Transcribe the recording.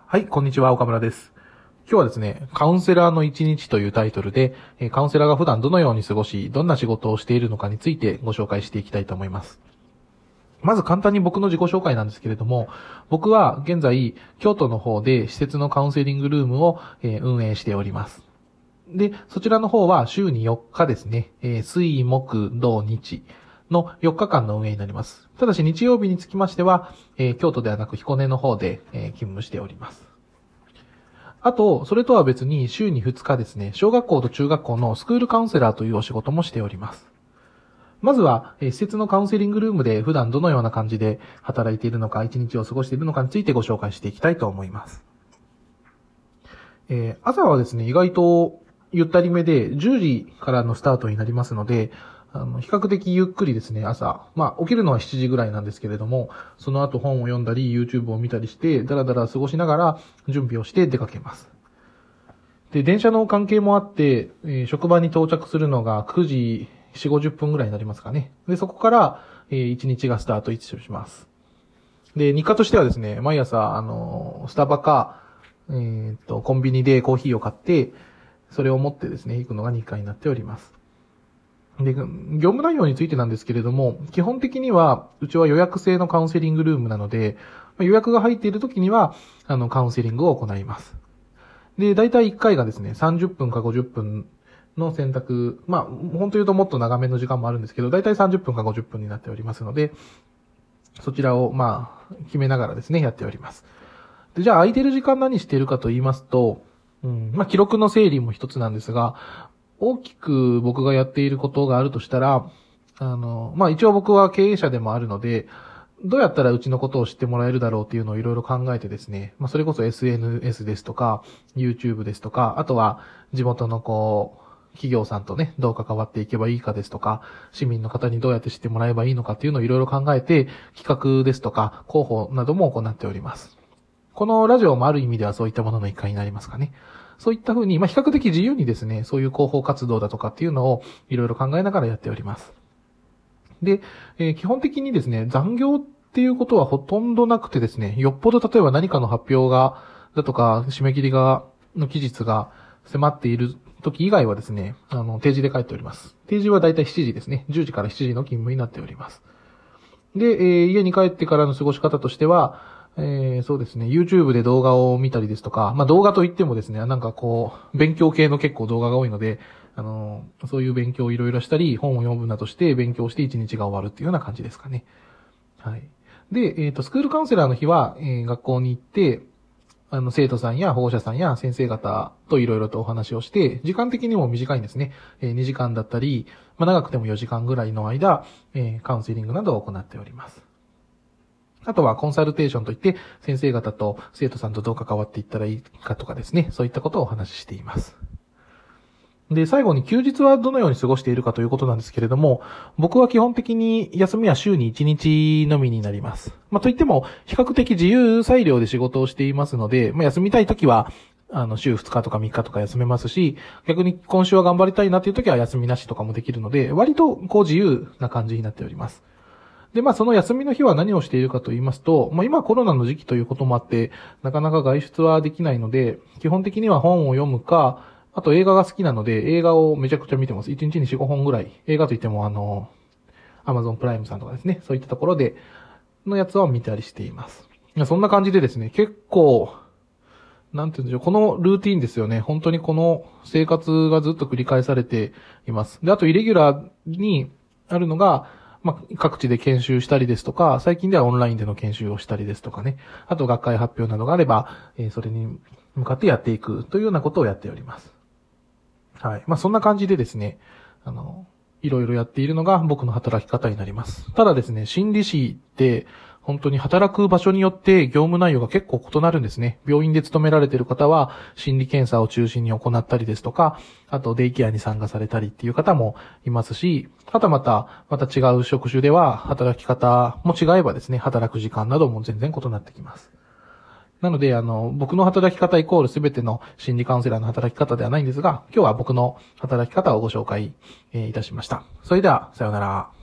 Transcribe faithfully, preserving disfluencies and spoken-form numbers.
はい、こんにちは、岡村です。今日はですね、カウンセラーの一日というタイトルで、カウンセラーが普段どのように過ごし、どんな仕事をしているのかについてご紹介していきたいと思います。まず簡単に僕の自己紹介なんですけれども、僕は現在、京都の方で施設のカウンセリングルームを運営しております。で、そちらの方は週によっかですね、水、木、土、日のよっかかんの運営になります。ただし日曜日につきましては、京都ではなく彦根の方で勤務しております。あと、それとは別に週にふつかですね、小学校と中学校のスクールカウンセラーというお仕事もしております。まずは、施設のカウンセリングルームで普段どのような感じで働いているのか、一日を過ごしているのかについてご紹介していきたいと思います。えー、朝はですね、意外とゆったりめでじゅうじからのスタートになりますので、あの、比較的ゆっくりですね、朝。まあ、起きるのはしちじぐらいなんですけれども、その後本を読んだり、YouTube を見たりして、だらだら過ごしながら準備をして出かけます。で、電車の関係もあって、えー、職場に到着するのがくじよんじゅう、ごじゅっぷんぐらいになりますかね。で、そこから、えー、いちにちがスタートします。で、日課としてはですね、毎朝、あのー、スタバか、えー、っと、コンビニでコーヒーを買って、それを持ってですね、行くのが日課になっております。で、業務内容についてなんですけれども、基本的には、うちは予約制のカウンセリングルームなので、予約が入っている時には、あの、カウンセリングを行います。で、だいたいいっかいがですね、さんじゅっぷんかごじゅっぷんの選択、まあ、本当言うともっと長めの時間もあるんですけど、だいたいさんじゅっぷんかごじゅっぷんになっておりますので、そちらを、まあ、決めながらですね、やっております。で、じゃあ空いてる時間何しているかと言いますと、うん、まあ、記録の整理も一つなんですが、大きく僕がやっていることがあるとしたら、あの、まあ、一応僕は経営者でもあるので、どうやったらうちのことを知ってもらえるだろうっていうのをいろいろ考えてですね、まあ、それこそ エスエヌエス ですとか、YouTube ですとか、あとは地元のこう、企業さんとね、どう関わっていけばいいかですとか、市民の方にどうやって知ってもらえばいいのかっていうのをいろいろ考えて、企画ですとか、広報なども行っております。このラジオもある意味ではそういったものの一環になりますかね。そういった風に、まあ、比較的自由にですね、そういう広報活動だとかっていうのをいろいろ考えながらやっております。で、えー、基本的にですね、残業っていうことはほとんどなくてですね、よっぽど例えば何かの発表が、だとか、締め切りが、の期日が迫っている時以外はですね、あの、定時で帰っております。定時はだいたいしちじですね。じゅうじからしちじの勤務になっております。で、えー、家に帰ってからの過ごし方としては、えー、そうですね、YouTube で動画を見たりですとか、まあ動画といってもですね、なんかこう、勉強系の結構動画が多いので、あのー、そういう勉強をいろいろしたり、本を読むなどして勉強して一日が終わるっていうような感じですかね。はい。で、えっと、スクールカウンセラーの日は、えー、学校に行って、あの、生徒さんや保護者さんや先生方といろいろとお話をして、時間的にも短いんですね。えー、にじかんだったり、まあ長くてもよじかんぐらいの間、えー、カウンセリングなどを行っております。あとはコンサルテーションといって先生方と生徒さんとどう関わっていったらいいかとかですね、そういったことをお話ししています。で、最後に休日はどのように過ごしているかということなんですけれども、僕は基本的に休みは週にいちにちのみになります。まあ、といっても比較的自由裁量で仕事をしていますので、まあ、休みたいときはあの、週ふつかとかみっかとか休めますし、逆に今週は頑張りたいなっていうときは休みなしとかもできるので、割とこう自由な感じになっております。で、まあその休みの日は何をしているかと言いますと、まあ今コロナの時期ということもあって、なかなか外出はできないので、基本的には本を読むか、あと映画が好きなので映画をめちゃくちゃ見てます。いちにちによん、ごほんぐらい。映画といってもあの、Amazon プライムさんとかですね、そういったところでのやつを見たりしています。そんな感じでですね、結構、なんて言うんでしょう、このルーティーンですよね。本当にこの生活がずっと繰り返されています。で、あとイレギュラーにあるのが、まあ、各地で研修したりですとか、最近ではオンラインでの研修をしたりですとかね。あと学会発表などがあれば、えー、それに向かってやっていくというようなことをやっております。はい。まあ、そんな感じでですね、あの、いろいろやっているのが僕の働き方になります。ただですね、心理師って、本当に働く場所によって業務内容が結構異なるんですね。病院で勤められている方は心理検査を中心に行ったりですとか、あとデイケアに参加されたりっていう方もいますし、はたまたまた違う職種では働き方も違えばですね、働く時間なども全然異なってきます。なので、あの、僕の働き方イコールすべての心理カウンセラーの働き方ではないんですが、今日は僕の働き方をご紹介いたしました。それでは、さようなら。